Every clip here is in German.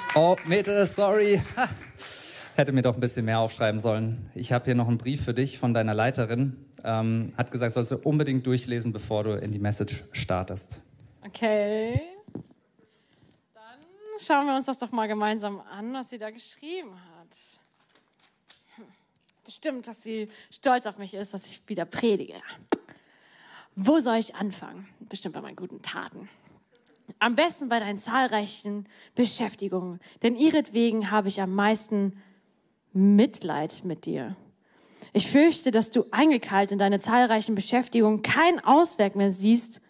Oh, Mete, sorry. Hätte mir doch ein bisschen mehr aufschreiben sollen. Ich habe hier noch einen Brief für dich von deiner Leiterin. Hat gesagt, sollst du unbedingt durchlesen, bevor du in die Message startest. Okay. Dann schauen wir uns das doch mal gemeinsam an, was sie da geschrieben hat. Bestimmt, dass sie stolz auf mich ist, dass ich wieder predige. Wo soll ich anfangen? Bestimmt bei meinen guten Taten. Am besten bei deinen zahlreichen Beschäftigungen, denn ihretwegen habe ich am meisten Mitleid mit dir. Ich fürchte, dass du eingekeilt in deine zahlreichen Beschäftigungen keinen Ausweg mehr siehst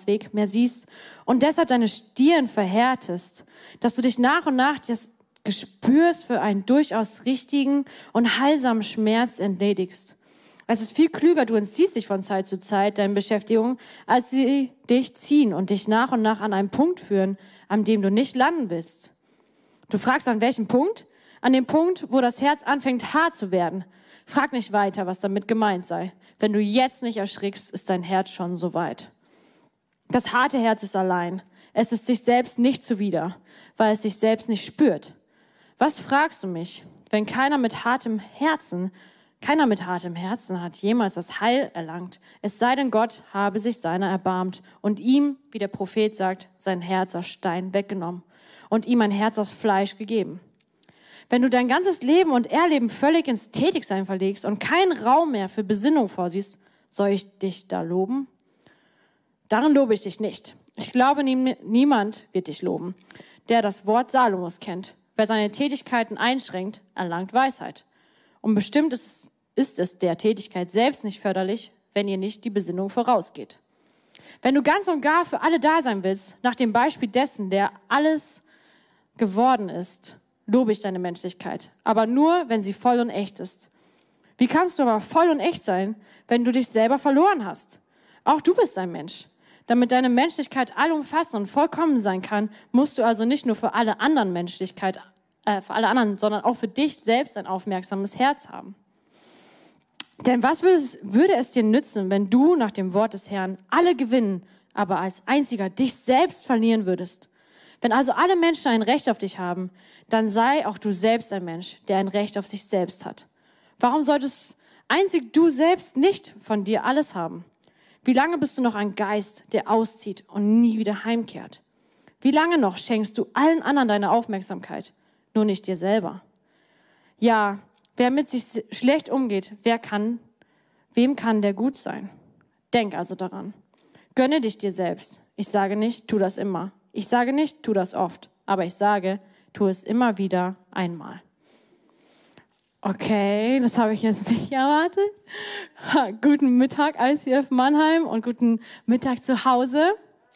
und deshalb deine Stirn verhärtest, dass du dich nach und nach des Gespürs für einen durchaus richtigen und heilsamen Schmerz entledigst. Es ist viel klüger, du entziehst dich von Zeit zu Zeit deinen Beschäftigungen, als sie dich ziehen und dich nach und nach an einen Punkt führen, an dem du nicht landen willst. Du fragst, an welchem Punkt? An dem Punkt, wo das Herz anfängt hart zu werden. Frag nicht weiter, was damit gemeint sei. Wenn du jetzt nicht erschrickst, ist dein Herz schon so weit. Das harte Herz ist allein. Es ist sich selbst nicht zuwider, weil es sich selbst nicht spürt. Was fragst du mich, wenn keiner mit hartem Herzen hat jemals das Heil erlangt, es sei denn, Gott habe sich seiner erbarmt und ihm, wie der Prophet sagt, sein Herz aus Stein weggenommen und ihm ein Herz aus Fleisch gegeben. Wenn du dein ganzes Leben und Erleben völlig ins Tätigsein verlegst und keinen Raum mehr für Besinnung vorsiehst, soll ich dich da loben? Darin lobe ich dich nicht. Ich glaube, niemand wird dich loben, der das Wort Salomos kennt. Wer seine Tätigkeiten einschränkt, erlangt Weisheit. Und bestimmt ist es der Tätigkeit selbst nicht förderlich, wenn ihr nicht die Besinnung vorausgeht. Wenn du ganz und gar für alle da sein willst, nach dem Beispiel dessen, der alles geworden ist, lobe ich deine Menschlichkeit, aber nur, wenn sie voll und echt ist. Wie kannst du aber voll und echt sein, wenn du dich selber verloren hast? Auch du bist ein Mensch. Damit deine Menschlichkeit allumfassend und vollkommen sein kann, musst du also nicht nur für alle anderen sondern auch für dich selbst ein aufmerksames Herz haben. Denn was würde es dir nützen, wenn du nach dem Wort des Herrn alle gewinnen, aber als einziger dich selbst verlieren würdest? Wenn also alle Menschen ein Recht auf dich haben, dann sei auch du selbst ein Mensch, der ein Recht auf sich selbst hat. Warum solltest einzig du selbst nicht von dir alles haben? Wie lange bist du noch ein Geist, der auszieht und nie wieder heimkehrt? Wie lange noch schenkst du allen anderen deine Aufmerksamkeit, nur nicht dir selber? Ja, wer mit sich schlecht umgeht, wem kann der gut sein? Denk also daran. Gönne dich dir selbst. Ich sage nicht, tu das immer. Ich sage nicht, tu das oft. Aber ich sage, tu es immer wieder einmal. Okay, das habe ich jetzt nicht erwartet. Guten Mittag, ICF Mannheim, und guten Mittag zu Hause.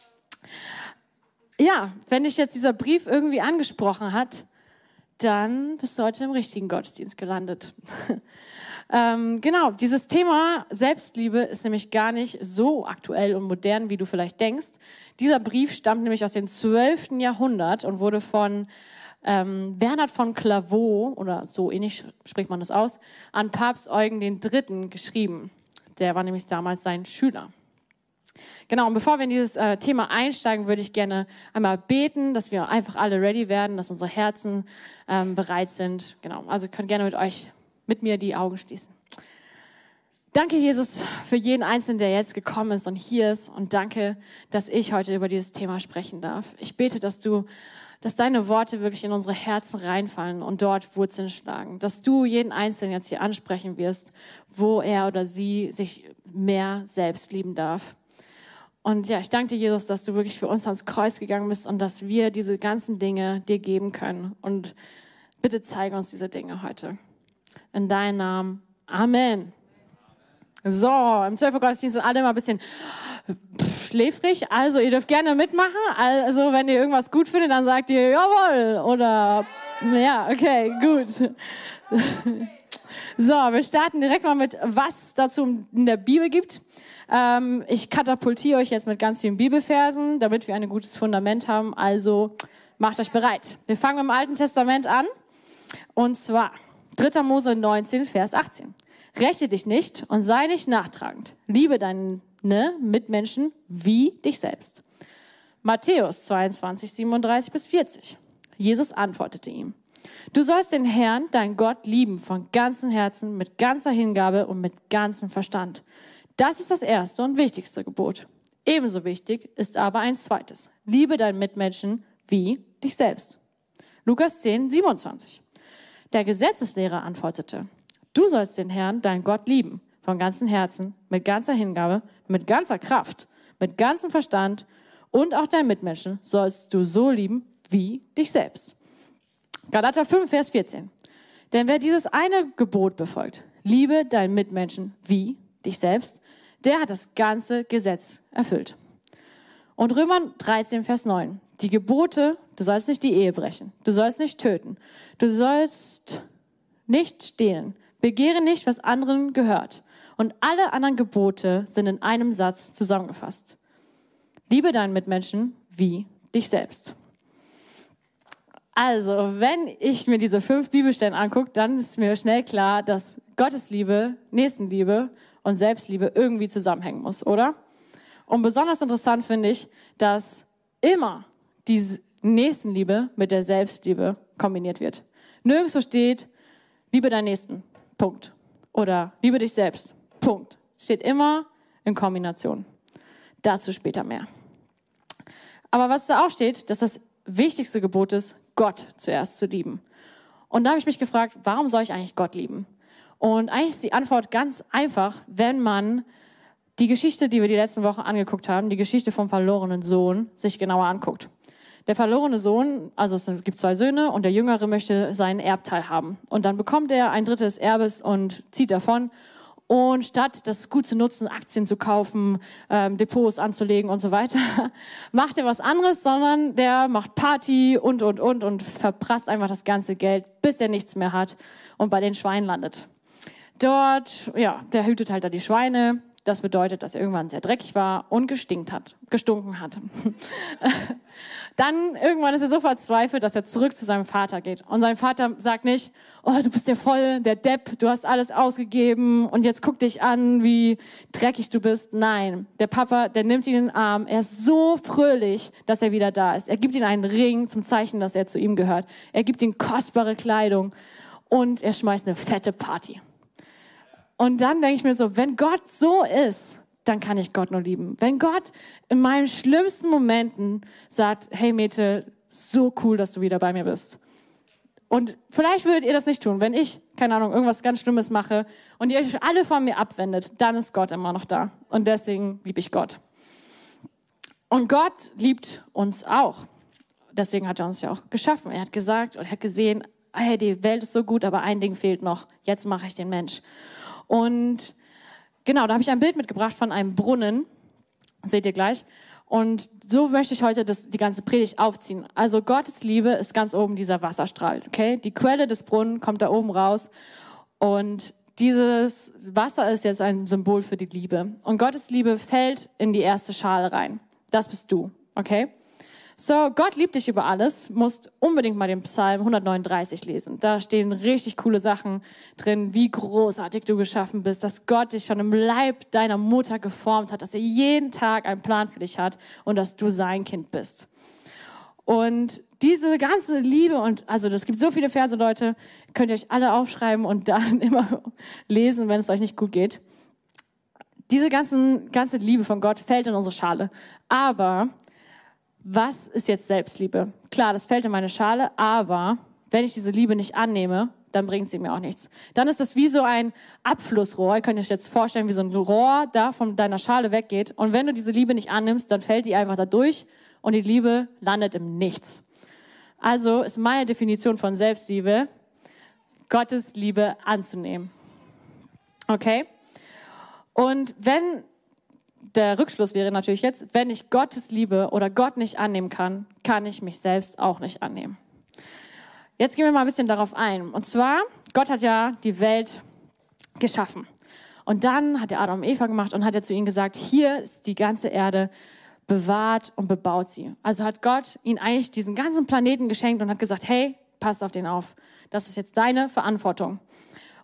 Ja, wenn dich jetzt dieser Brief irgendwie angesprochen hat, dann bist du heute im richtigen Gottesdienst gelandet. Genau, dieses Thema Selbstliebe ist nämlich gar nicht so aktuell und modern, wie du vielleicht denkst. Dieser Brief stammt nämlich aus dem 12. Jahrhundert und wurde von Bernhard von Clairvaux, oder so ähnlich spricht man das aus, an Papst Eugen III. Geschrieben. Der war nämlich damals sein Schüler. Genau, und bevor wir in dieses Thema einsteigen, würde ich gerne einmal beten, dass wir einfach alle ready werden, dass unsere Herzen bereit sind. Genau, also ihr könnt gerne mit mir die Augen schließen. Danke, Jesus, für jeden Einzelnen, der jetzt gekommen ist und hier ist. Und danke, dass ich heute über dieses Thema sprechen darf. Ich bete, dass deine Worte wirklich in unsere Herzen reinfallen und dort Wurzeln schlagen. Dass du jeden Einzelnen jetzt hier ansprechen wirst, wo er oder sie sich mehr selbst lieben darf. Und ja, ich danke dir, Jesus, dass du wirklich für uns ans Kreuz gegangen bist und dass wir diese ganzen Dinge dir geben können. Und bitte zeige uns diese Dinge heute. In deinem Namen. Amen. So, im 12 Uhr Gottesdienst sind alle immer ein bisschen schläfrig. Also ihr dürft gerne mitmachen. Also wenn ihr irgendwas gut findet, dann sagt ihr jawohl oder ja, okay, gut. So, wir starten direkt mal mit, was dazu in der Bibel gibt. Ich katapultiere euch jetzt mit ganz vielen Bibelversen, damit wir ein gutes Fundament haben. Also macht euch bereit. Wir fangen mit dem Alten Testament an. Und zwar 3. Mose 19, Vers 18. Räche dich nicht und sei nicht nachtragend. Liebe deine Mitmenschen wie dich selbst. Matthäus 22, 37 bis 40. Jesus antwortete ihm: Du sollst den Herrn, dein Gott, lieben von ganzem Herzen, mit ganzer Hingabe und mit ganzem Verstand. Das ist das erste und wichtigste Gebot. Ebenso wichtig ist aber ein zweites: Liebe deinen Mitmenschen wie dich selbst. Lukas 10, 27. Der Gesetzeslehrer antwortete: Du sollst den Herrn, dein Gott, lieben von ganzem Herzen, mit ganzer Hingabe, mit ganzer Kraft, mit ganzem Verstand, und auch deinen Mitmenschen sollst du so lieben wie dich selbst. Galater 5, Vers 14. Denn wer dieses eine Gebot befolgt, liebe deinen Mitmenschen wie dich selbst, der hat das ganze Gesetz erfüllt. Und Römer 13, Vers 9. Die Gebote: Du sollst nicht die Ehe brechen, du sollst nicht töten, du sollst nicht stehlen, begehre nicht, was anderen gehört. Und alle anderen Gebote sind in einem Satz zusammengefasst: Liebe deinen Mitmenschen wie dich selbst. Also, wenn ich mir diese 5 Bibelstellen angucke, dann ist mir schnell klar, dass Gottes Liebe, Nächstenliebe und Selbstliebe irgendwie zusammenhängen muss, oder? Und besonders interessant finde ich, dass immer die Nächstenliebe mit der Selbstliebe kombiniert wird. Nirgendwo steht: Liebe deinen Nächsten, Punkt. Oder liebe dich selbst, Punkt. Steht immer in Kombination. Dazu später mehr. Aber was da auch steht, dass das wichtigste Gebot ist, Gott zuerst zu lieben. Und da habe ich mich gefragt, warum soll ich eigentlich Gott lieben? Und eigentlich ist die Antwort ganz einfach, wenn man die Geschichte, die wir die letzten Wochen angeguckt haben, die Geschichte vom verlorenen Sohn, sich genauer anguckt. Der verlorene Sohn, also es gibt 2 Söhne und der Jüngere möchte seinen Erbteil haben. Und dann bekommt er ein Drittel des Erbes und zieht davon. Und statt das gut zu nutzen, Aktien zu kaufen, Depots anzulegen und so weiter, macht er was anderes, sondern der macht Party und verprasst einfach das ganze Geld, bis er nichts mehr hat und bei den Schweinen landet. Dort, ja, der hütet halt da die Schweine. Das bedeutet, dass er irgendwann sehr dreckig war und gestunken hat. Dann irgendwann ist er so verzweifelt, dass er zurück zu seinem Vater geht. Und sein Vater sagt nicht: Oh, du bist ja voll der Depp, du hast alles ausgegeben und jetzt guck dich an, wie dreckig du bist. Nein, der Papa, der nimmt ihn in den Arm. Er ist so fröhlich, dass er wieder da ist. Er gibt ihm einen Ring zum Zeichen, dass er zu ihm gehört. Er gibt ihm kostbare Kleidung und er schmeißt eine fette Party. Und dann denke ich mir so, wenn Gott so ist, dann kann ich Gott nur lieben. Wenn Gott in meinen schlimmsten Momenten sagt: Hey Mette, so cool, dass du wieder bei mir bist. Und vielleicht würdet ihr das nicht tun. Wenn ich, keine Ahnung, irgendwas ganz Schlimmes mache und ihr euch alle von mir abwendet, dann ist Gott immer noch da. Und deswegen liebe ich Gott. Und Gott liebt uns auch. Deswegen hat er uns ja auch geschaffen. Er hat gesagt und hat gesehen: Hey, die Welt ist so gut, aber ein Ding fehlt noch. Jetzt mache ich den Mensch. Und genau, da habe ich ein Bild mitgebracht von einem Brunnen. Seht ihr gleich. Und so möchte ich heute die ganze Predigt aufziehen. Also Gottes Liebe ist ganz oben dieser Wasserstrahl. Okay? Die Quelle des Brunnens kommt da oben raus. Und dieses Wasser ist jetzt ein Symbol für die Liebe. Und Gottes Liebe fällt in die erste Schale rein. Das bist du. Okay? So, Gott liebt dich über alles, musst unbedingt mal den Psalm 139 lesen. Da stehen richtig coole Sachen drin, wie großartig du geschaffen bist, dass Gott dich schon im Leib deiner Mutter geformt hat, dass er jeden Tag einen Plan für dich hat und dass du sein Kind bist. Und diese ganze Liebe also es gibt so viele Verse, Leute, könnt ihr euch alle aufschreiben und dann immer lesen, wenn es euch nicht gut geht. Diese ganze Liebe von Gott fällt in unsere Schale. Aber was ist jetzt Selbstliebe? Klar, das fällt in meine Schale, aber wenn ich diese Liebe nicht annehme, dann bringt sie mir auch nichts. Dann ist das wie so ein Abflussrohr. Ihr könnt euch jetzt vorstellen, wie so ein Rohr da von deiner Schale weggeht. Und wenn du diese Liebe nicht annimmst, dann fällt die einfach da durch und die Liebe landet im Nichts. Also ist meine Definition von Selbstliebe, Gottes Liebe anzunehmen. Okay? Und wenn der Rückschluss wäre natürlich jetzt, wenn ich Gottes Liebe oder Gott nicht annehmen kann, kann ich mich selbst auch nicht annehmen. Jetzt gehen wir mal ein bisschen darauf ein. Und zwar, Gott hat ja die Welt geschaffen. Und dann hat er Adam und Eva gemacht und hat er zu ihnen gesagt: Hier ist die ganze Erde, bewahrt und bebaut sie. Also hat Gott ihnen eigentlich diesen ganzen Planeten geschenkt und hat gesagt: Hey, pass auf den auf. Das ist jetzt deine Verantwortung.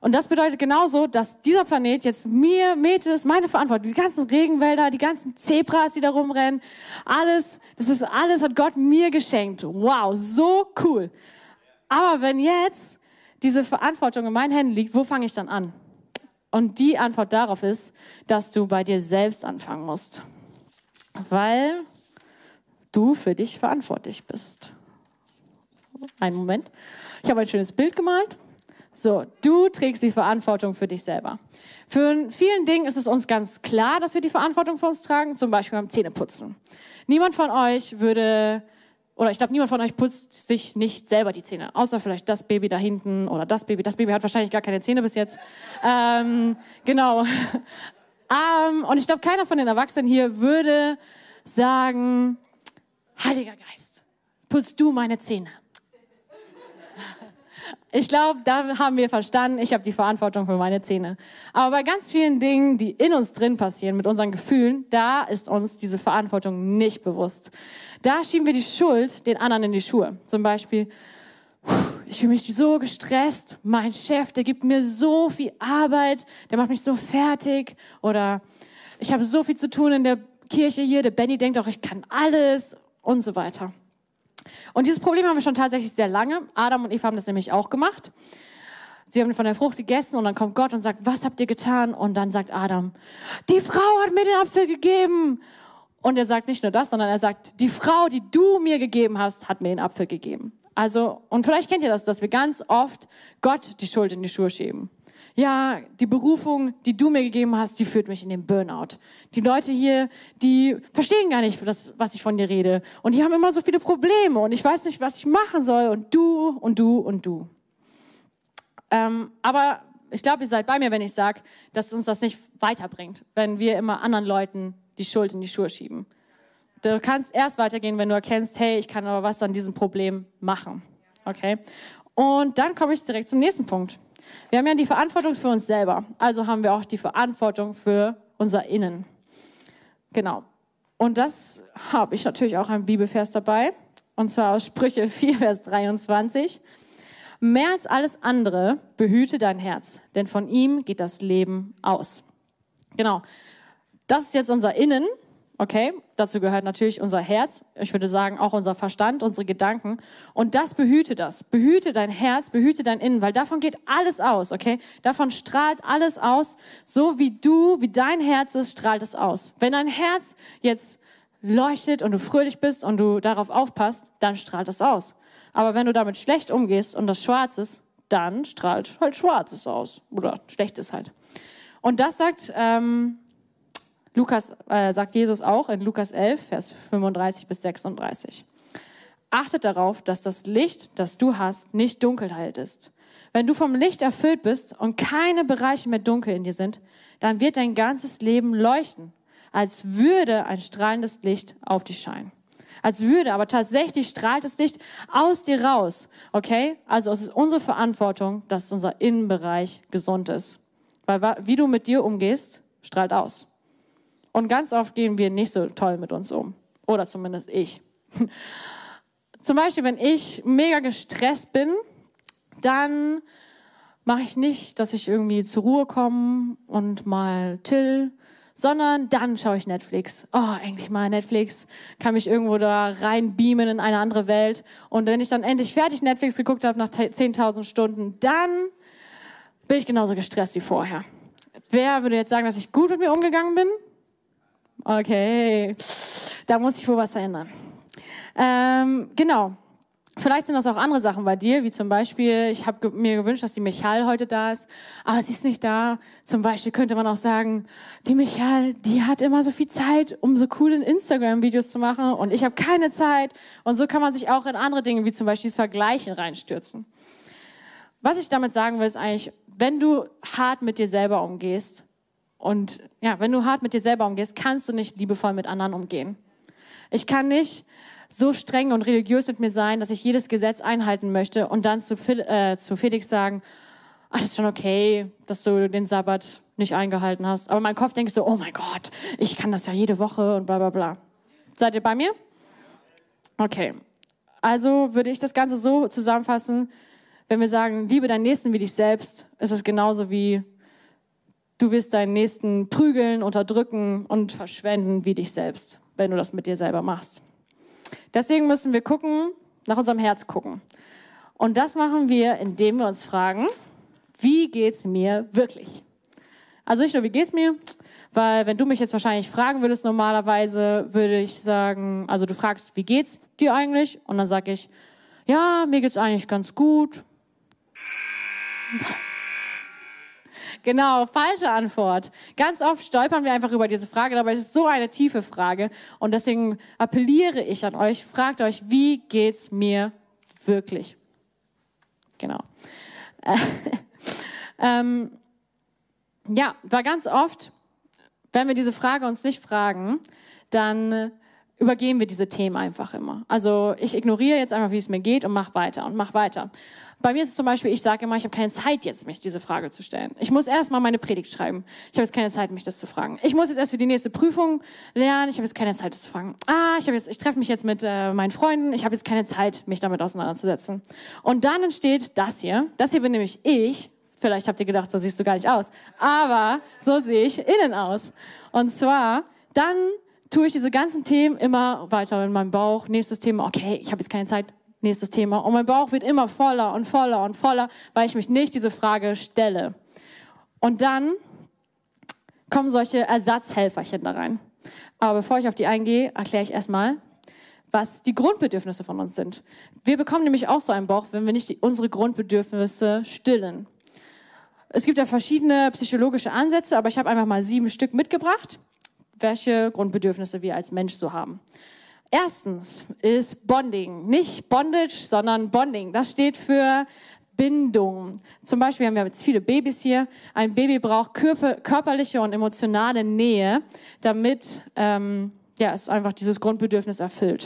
Und das bedeutet genauso, dass dieser Planet jetzt mir, Metis, meine Verantwortung, die ganzen Regenwälder, die ganzen Zebras, die da rumrennen, alles hat Gott mir geschenkt. Wow, so cool. Aber wenn jetzt diese Verantwortung in meinen Händen liegt, wo fange ich dann an? Und die Antwort darauf ist, dass du bei dir selbst anfangen musst. Weil du für dich verantwortlich bist. Einen Moment. Ich habe ein schönes Bild gemalt. So, du trägst die Verantwortung für dich selber. Für vielen Dingen ist es uns ganz klar, dass wir die Verantwortung für uns tragen, zum Beispiel beim Zähneputzen. Niemand von euch niemand von euch putzt sich nicht selber die Zähne, außer vielleicht das Baby da hinten oder das Baby. Das Baby hat wahrscheinlich gar keine Zähne bis jetzt. Genau. Und ich glaube, keiner von den Erwachsenen hier würde sagen, Heiliger Geist, putzt du meine Zähne. Ich glaube, da haben wir verstanden, ich habe die Verantwortung für meine Zähne. Aber bei ganz vielen Dingen, die in uns drin passieren, mit unseren Gefühlen, da ist uns diese Verantwortung nicht bewusst. Da schieben wir die Schuld den anderen in die Schuhe. Zum Beispiel, ich fühle mich so gestresst, mein Chef, der gibt mir so viel Arbeit, der macht mich so fertig. Oder ich habe so viel zu tun in der Kirche hier, der Benny denkt auch, ich kann alles und so weiter. Und dieses Problem haben wir schon tatsächlich sehr lange. Adam und Eva haben das nämlich auch gemacht. Sie haben von der Frucht gegessen und dann kommt Gott und sagt, was habt ihr getan? Und dann sagt Adam, die Frau hat mir den Apfel gegeben. Und er sagt nicht nur das, sondern er sagt, die Frau, die du mir gegeben hast, hat mir den Apfel gegeben. Also, und vielleicht kennt ihr das, dass wir ganz oft Gott die Schuld in die Schuhe schieben. Ja, die Berufung, die du mir gegeben hast, die führt mich in den Burnout. Die Leute hier, die verstehen gar nicht, was ich von dir rede. Und die haben immer so viele Probleme und ich weiß nicht, was ich machen soll. Und du und du und du. Aber ich glaube, ihr seid bei mir, wenn ich sage, dass uns das nicht weiterbringt, wenn wir immer anderen Leuten die Schuld in die Schuhe schieben. Du kannst erst weitergehen, wenn du erkennst, hey, ich kann aber was an diesem Problem machen. Okay? Und dann komme ich direkt zum nächsten Punkt. Wir haben ja die Verantwortung für uns selber, also haben wir auch die Verantwortung für unser Innen. Genau. Und das habe ich natürlich auch einen Bibelvers dabei, und zwar aus Sprüche 4, Vers 23. Mehr als alles andere behüte dein Herz, denn von ihm geht das Leben aus. Genau. Das ist jetzt unser Innen. Okay, dazu gehört natürlich unser Herz, ich würde sagen auch unser Verstand, unsere Gedanken. Und das. Behüte dein Herz, behüte dein Innen, weil davon geht alles aus, okay? Davon strahlt alles aus, so wie dein Herz ist, strahlt es aus. Wenn dein Herz jetzt leuchtet und du fröhlich bist und du darauf aufpasst, dann strahlt es aus. Aber wenn du damit schlecht umgehst und das schwarz ist, dann strahlt halt Schwarzes aus oder Schlechtes halt. Und das sagt sagt Jesus auch in Lukas 11, Vers 35 bis 36. Achtet darauf, dass das Licht, das du hast, nicht Dunkelheit ist. Wenn du vom Licht erfüllt bist und keine Bereiche mehr dunkel in dir sind, dann wird dein ganzes Leben leuchten, als würde ein strahlendes Licht auf dich scheinen. Aber tatsächlich strahlt das Licht aus dir raus, okay? Also es ist unsere Verantwortung, dass unser Innenbereich gesund ist. Weil wie du mit dir umgehst, strahlt aus. Und ganz oft gehen wir nicht so toll mit uns um. Oder zumindest ich. Zum Beispiel, wenn ich mega gestresst bin, dann mache ich nicht, dass ich irgendwie zur Ruhe komme und mal chill, sondern dann schaue ich Netflix. Oh, endlich mal Netflix. Kann mich irgendwo da rein beamen in eine andere Welt. Und wenn ich dann endlich fertig Netflix geguckt habe nach 10.000 Stunden, dann bin ich genauso gestresst wie vorher. Wer würde jetzt sagen, dass ich gut mit mir umgegangen bin? Okay, da muss ich wohl was verändern. Genau. Vielleicht sind das auch andere Sachen bei dir, wie zum Beispiel, ich habe mir gewünscht, dass die Michal heute da ist, aber sie ist nicht da. Zum Beispiel könnte man auch sagen, die Michal, die hat immer so viel Zeit, um so coole Instagram-Videos zu machen und ich habe keine Zeit. Und so kann man sich auch in andere Dinge, wie zum Beispiel das Vergleichen, reinstürzen. Was ich damit sagen will, ist eigentlich, wenn du hart mit dir selber umgehst, kannst du nicht liebevoll mit anderen umgehen. Ich kann nicht so streng und religiös mit mir sein, dass ich jedes Gesetz einhalten möchte und dann zu Felix sagen, das ist schon okay, dass du den Sabbat nicht eingehalten hast. Aber mein Kopf denkt so, oh mein Gott, ich kann das ja jede Woche und bla bla bla. Seid ihr bei mir? Okay. Also würde ich das Ganze so zusammenfassen, wenn wir sagen, liebe deinen Nächsten wie dich selbst, ist es genauso wie du wirst deinen Nächsten prügeln, unterdrücken und verschwenden wie dich selbst, wenn du das mit dir selber machst. Deswegen müssen wir gucken, nach unserem Herz gucken. Und das machen wir, indem wir uns fragen, wie geht's mir wirklich? Also nicht nur, wie geht's mir, weil wenn du mich jetzt wahrscheinlich fragen würdest normalerweise, würde ich sagen, also du fragst, wie geht's dir eigentlich? Und dann sage ich, ja, mir geht's eigentlich ganz gut. Genau, falsche Antwort. Ganz oft stolpern wir einfach über diese Frage, aber es ist so eine tiefe Frage. Und deswegen appelliere ich an euch, fragt euch, wie geht's mir wirklich? Genau. Ja, weil ganz oft, wenn wir diese Frage uns nicht fragen, dann übergehen wir diese Themen einfach immer. Also ich ignoriere jetzt einfach, wie es mir geht und mach weiter und mach weiter. Bei mir ist es zum Beispiel, ich sage immer, ich habe keine Zeit jetzt, mich diese Frage zu stellen. Ich muss erst mal meine Predigt schreiben. Ich habe jetzt keine Zeit, mich das zu fragen. Ich muss jetzt erst für die nächste Prüfung lernen. Ich habe jetzt keine Zeit, das zu fragen. Ich treffe mich jetzt mit meinen Freunden. Ich habe jetzt keine Zeit, mich damit auseinanderzusetzen. Und dann entsteht das hier. Das hier bin nämlich ich. Vielleicht habt ihr gedacht, so siehst du gar nicht aus. Aber so sehe ich innen aus. Und zwar, dann tue ich diese ganzen Themen immer weiter in meinem Bauch. Nächstes Thema, okay, ich habe jetzt keine Zeit. Nächstes Thema. Und mein Bauch wird immer voller und voller und voller, weil ich mich nicht diese Frage stelle. Und dann kommen solche Ersatzhelferchen da rein. Aber bevor ich auf die eingehe, erkläre ich erstmal, was die Grundbedürfnisse von uns sind. Wir bekommen nämlich auch so einen Bauch, wenn wir nicht unsere Grundbedürfnisse stillen. Es gibt ja verschiedene psychologische Ansätze, aber ich habe einfach mal 7 Stück mitgebracht, welche Grundbedürfnisse wir als Mensch so haben. Erstens ist Bonding. Nicht Bondage, sondern Bonding. Das steht für Bindung. Zum Beispiel haben wir jetzt viele Babys hier. Ein Baby braucht körperliche und emotionale Nähe, damit es einfach dieses Grundbedürfnis erfüllt.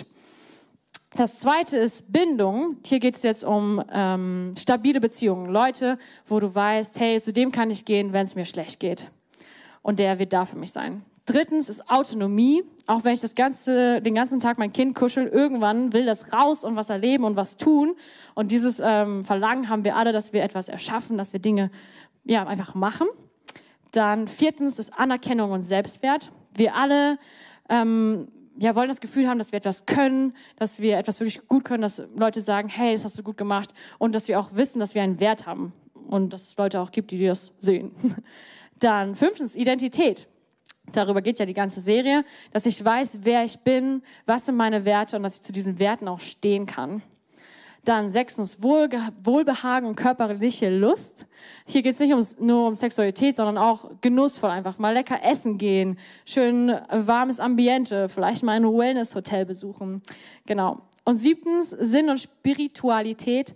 Das zweite ist Bindung. Hier geht es jetzt um stabile Beziehungen. Leute, wo du weißt, hey, zu dem kann ich gehen, wenn es mir schlecht geht. Und der wird da für mich sein. Drittens ist Autonomie. Auch wenn ich den ganzen Tag mein Kind kuschel, irgendwann will das raus und was erleben und was tun. Und dieses Verlangen haben wir alle, dass wir etwas erschaffen, dass wir Dinge einfach machen. Dann 4. ist Anerkennung und Selbstwert. Wir alle wollen das Gefühl haben, dass wir etwas können, dass wir etwas wirklich gut können, dass Leute sagen, hey, das hast du gut gemacht. Und dass wir auch wissen, dass wir einen Wert haben. Und dass es Leute auch gibt, die das sehen. Dann 5. Identität. Darüber geht ja die ganze Serie, dass ich weiß, wer ich bin, was sind meine Werte und dass ich zu diesen Werten auch stehen kann. Dann 6. Wohlbehagen und körperliche Lust. Hier geht es nicht nur um Sexualität, sondern auch genussvoll einfach mal lecker essen gehen, schön warmes Ambiente, vielleicht mal ein Wellness-Hotel besuchen. Genau. Und 7. Sinn und Spiritualität.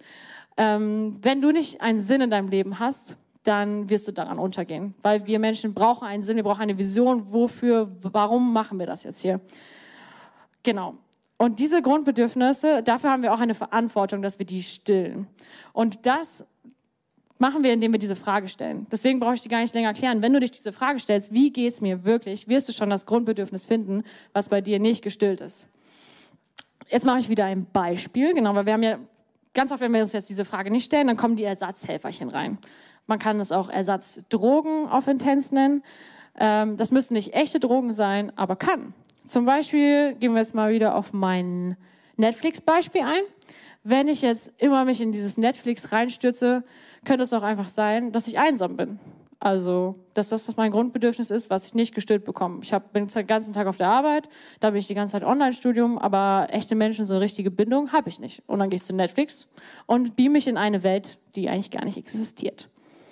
Wenn du nicht einen Sinn in deinem Leben hast, dann wirst du daran untergehen. Weil wir Menschen brauchen einen Sinn, wir brauchen eine Vision, warum machen wir das jetzt hier? Genau. Und diese Grundbedürfnisse, dafür haben wir auch eine Verantwortung, dass wir die stillen. Und das machen wir, indem wir diese Frage stellen. Deswegen brauche ich die gar nicht länger erklären. Wenn du dich diese Frage stellst, wie geht's mir wirklich, wirst du schon das Grundbedürfnis finden, was bei dir nicht gestillt ist. Jetzt mache ich wieder ein Beispiel. Genau, weil wir haben ja ganz oft, wenn wir uns jetzt diese Frage nicht stellen, dann kommen die Ersatzhelferchen rein. Man kann es auch Ersatzdrogen auf Intens nennen. Das müssen nicht echte Drogen sein, aber kann. Zum Beispiel gehen wir jetzt mal wieder auf mein Netflix-Beispiel ein. Wenn ich jetzt immer mich in dieses Netflix reinstürze, könnte es auch einfach sein, dass ich einsam bin. Also, dass das mein Grundbedürfnis ist, was ich nicht gestillt bekomme. Bin den ganzen Tag auf der Arbeit, da bin ich die ganze Zeit Online-Studium, aber echte Menschen, so eine richtige Bindung habe ich nicht. Und dann gehe ich zu Netflix und beame mich in eine Welt, die eigentlich gar nicht existiert.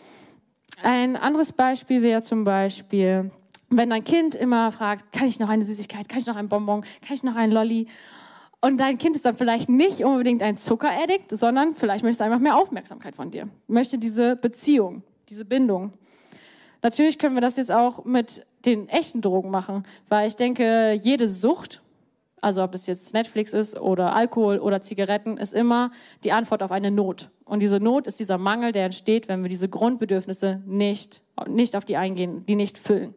Ein anderes Beispiel wäre zum Beispiel, wenn dein Kind immer fragt, kann ich noch eine Süßigkeit, kann ich noch ein Bonbon, kann ich noch ein Lolli? Und dein Kind ist dann vielleicht nicht unbedingt ein Zuckeraddict, sondern vielleicht möchte es einfach mehr Aufmerksamkeit von dir. Möchte diese Beziehung, diese Bindung. Natürlich können wir das jetzt auch mit den echten Drogen machen, weil ich denke, jede Sucht, also ob es jetzt Netflix ist oder Alkohol oder Zigaretten, ist immer die Antwort auf eine Not. Und diese Not ist dieser Mangel, der entsteht, wenn wir diese Grundbedürfnisse nicht auf die eingehen, die nicht füllen.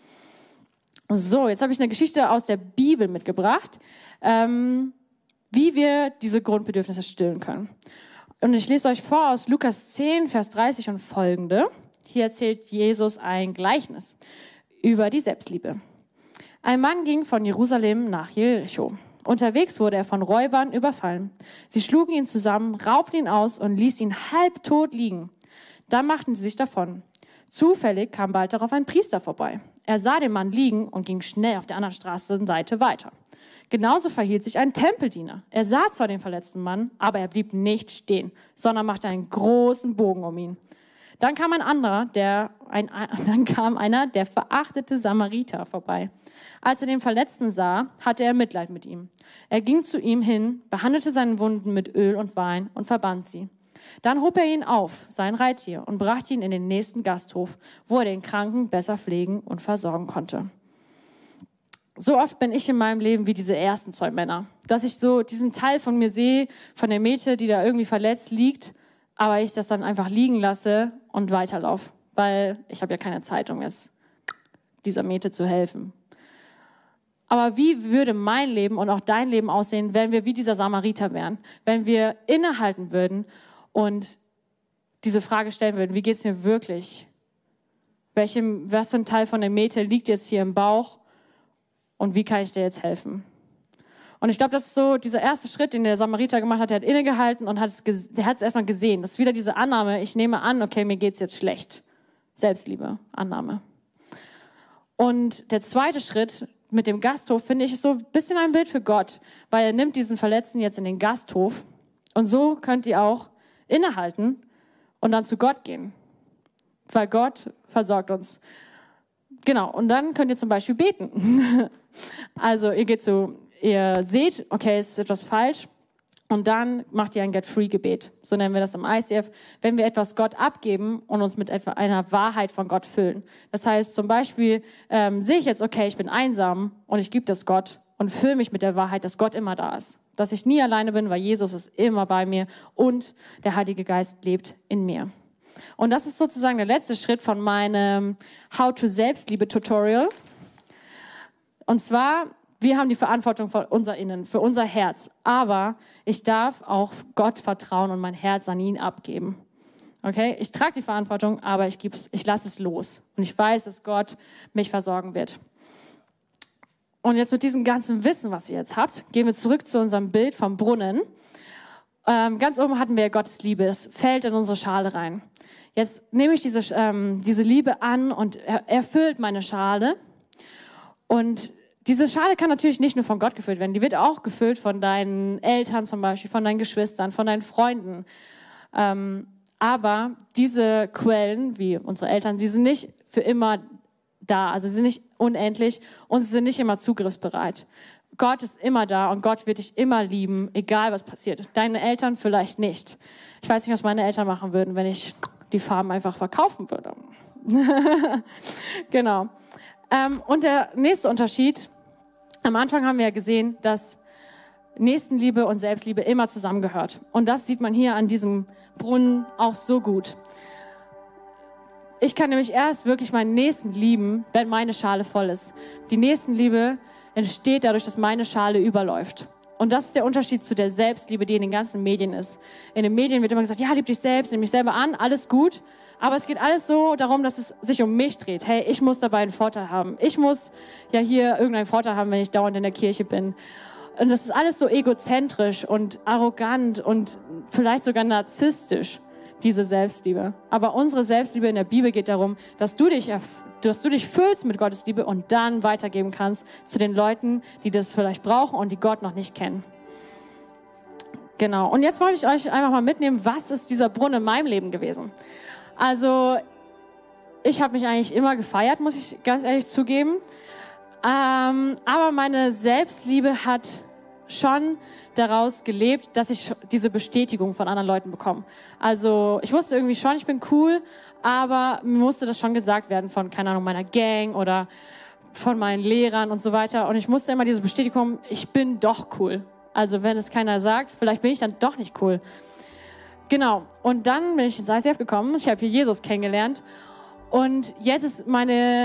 So, jetzt habe ich eine Geschichte aus der Bibel mitgebracht, wie wir diese Grundbedürfnisse stillen können. Und ich lese euch vor aus Lukas 10, Vers 30 und folgende. Hier erzählt Jesus ein Gleichnis über die Selbstliebe. Ein Mann ging von Jerusalem nach Jericho. Unterwegs wurde er von Räubern überfallen. Sie schlugen ihn zusammen, raubten ihn aus und ließen ihn halbtot liegen. Dann machten sie sich davon. Zufällig kam bald darauf ein Priester vorbei. Er sah den Mann liegen und ging schnell auf der anderen Straßenseite weiter. Genauso verhielt sich ein Tempeldiener. Er sah zwar den verletzten Mann, aber er blieb nicht stehen, sondern machte einen großen Bogen um ihn. Dann kam einer, der verachtete Samariter vorbei. Als er den Verletzten sah, hatte er Mitleid mit ihm. Er ging zu ihm hin, behandelte seine Wunden mit Öl und Wein und verband sie. Dann hob er ihn auf, sein Reittier, und brachte ihn in den nächsten Gasthof, wo er den Kranken besser pflegen und versorgen konnte. So oft bin ich in meinem Leben wie diese ersten 2 Männer, dass ich so diesen Teil von mir sehe, von der Mete, die da irgendwie verletzt liegt, aber ich das dann einfach liegen lasse und weiterlaufe, weil ich habe ja keine Zeit, um jetzt dieser Mete zu helfen. Aber wie würde mein Leben und auch dein Leben aussehen, wenn wir wie dieser Samariter wären? Wenn wir innehalten würden diese Frage stellen würden, wie geht es mir wirklich? Was für ein Teil von der Mete liegt jetzt hier im Bauch und wie kann ich dir jetzt helfen? Und ich glaube, das ist so dieser erste Schritt, den der Samariter gemacht hat. Er hat innegehalten und der hat es erstmal gesehen. Das ist wieder diese Annahme, ich nehme an, okay, mir geht es jetzt schlecht. Selbstliebe, Annahme. Und der zweite Schritt mit dem Gasthof, finde ich, ist so ein bisschen ein Bild für Gott, weil er nimmt diesen Verletzten jetzt in den Gasthof und so könnt ihr auch innehalten und dann zu Gott gehen, weil Gott versorgt uns. Genau, und dann könnt ihr zum Beispiel beten. Also ihr seht, okay, es ist etwas falsch und dann macht ihr ein Get-Free-Gebet. So nennen wir das im ICF, wenn wir etwas Gott abgeben und uns mit etwa einer Wahrheit von Gott füllen. Das heißt zum Beispiel, sehe ich jetzt, okay, ich bin einsam und ich gebe das Gott und fülle mich mit der Wahrheit, dass Gott immer da ist. Dass ich nie alleine bin, weil Jesus ist immer bei mir und der Heilige Geist lebt in mir. Und das ist sozusagen der letzte Schritt von meinem How-to-Selbstliebe-Tutorial. Und zwar, wir haben die Verantwortung für unser Innen, für unser Herz. Aber ich darf auch Gott vertrauen und mein Herz an ihn abgeben. Okay? Ich trage die Verantwortung, aber ich lasse es los. Und ich weiß, dass Gott mich versorgen wird. Und jetzt mit diesem ganzen Wissen, was ihr jetzt habt, gehen wir zurück zu unserem Bild vom Brunnen. Ganz oben hatten wir Gottes Liebe. Das fällt in unsere Schale rein. Jetzt nehme ich diese Liebe an und erfüllt meine Schale. Und diese Schale kann natürlich nicht nur von Gott gefüllt werden. Die wird auch gefüllt von deinen Eltern zum Beispiel, von deinen Geschwistern, von deinen Freunden. Aber diese Quellen, wie unsere Eltern, sie sind nicht für immer da. Also sie sind nicht unendlich und sie sind nicht immer zugriffsbereit. Gott ist immer da und Gott wird dich immer lieben, egal was passiert. Deine Eltern vielleicht nicht. Ich weiß nicht, was meine Eltern machen würden, wenn ich die Farm einfach verkaufen würde. Genau. Und der nächste Unterschied, am Anfang haben wir ja gesehen, dass Nächstenliebe und Selbstliebe immer zusammengehört. Und das sieht man hier an diesem Brunnen auch so gut. Ich kann nämlich erst wirklich meinen Nächsten lieben, wenn meine Schale voll ist. Die Nächstenliebe entsteht dadurch, dass meine Schale überläuft. Und das ist der Unterschied zu der Selbstliebe, die in den ganzen Medien ist. In den Medien wird immer gesagt, ja, lieb dich selbst, nimm dich selber an, alles gut. Aber es geht alles so darum, dass es sich um mich dreht. Hey, ich muss dabei einen Vorteil haben. Ich muss ja hier irgendeinen Vorteil haben, wenn ich dauernd in der Kirche bin. Und das ist alles so egozentrisch und arrogant und vielleicht sogar narzisstisch, diese Selbstliebe. Aber unsere Selbstliebe in der Bibel geht darum, dass du dich füllst mit Gottes Liebe und dann weitergeben kannst zu den Leuten, die das vielleicht brauchen und die Gott noch nicht kennen. Genau. Und jetzt wollte ich euch einfach mal mitnehmen, was ist dieser Brunnen in meinem Leben gewesen? Also, ich habe mich eigentlich immer gefeiert, muss ich ganz ehrlich zugeben. Aber meine Selbstliebe hat schon daraus gelebt, dass ich diese Bestätigung von anderen Leuten bekomme. Also, ich wusste irgendwie schon, ich bin cool, aber mir musste das schon gesagt werden von, keine Ahnung, meiner Gang oder von meinen Lehrern und so weiter. Und ich musste immer diese Bestätigung, ich bin doch cool. Also, wenn es keiner sagt, vielleicht bin ich dann doch nicht cool. Genau, und dann bin ich ins ICF gekommen, ich habe hier Jesus kennengelernt und jetzt ist meine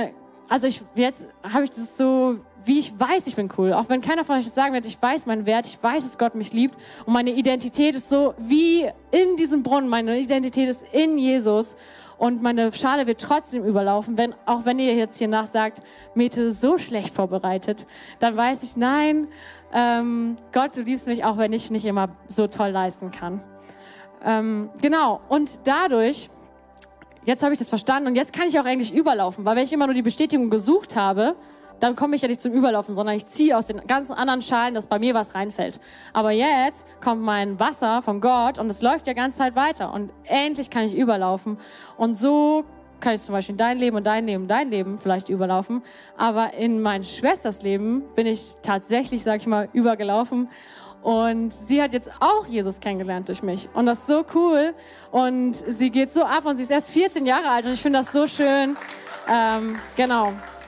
also jetzt habe ich das so, wie ich weiß, ich bin cool. Auch wenn keiner von euch das sagen wird, ich weiß meinen Wert, ich weiß, dass Gott mich liebt. Und meine Identität ist so wie in diesem Brunnen. Meine Identität ist in Jesus. Und meine Schale wird trotzdem überlaufen. Auch wenn ihr jetzt hier sagt, Mete, so schlecht vorbereitet, dann weiß ich, nein, Gott, du liebst mich, auch wenn ich nicht immer so toll leisten kann. Genau, und dadurch, jetzt habe ich das verstanden und jetzt kann ich auch eigentlich überlaufen, weil wenn ich immer nur die Bestätigung gesucht habe, dann komme ich ja nicht zum Überlaufen, sondern ich ziehe aus den ganzen anderen Schalen, dass bei mir was reinfällt. Aber jetzt kommt mein Wasser von Gott und es läuft ja ganze Zeit weiter und endlich kann ich überlaufen und so kann ich zum Beispiel in dein Leben und dein Leben und dein Leben vielleicht überlaufen, aber in mein Schwesters Leben bin ich tatsächlich, sag ich mal, übergelaufen und sie hat jetzt auch Jesus kennengelernt durch mich und das ist so cool und sie geht so ab und sie ist erst 14 Jahre alt und ich finde das so schön. Genau.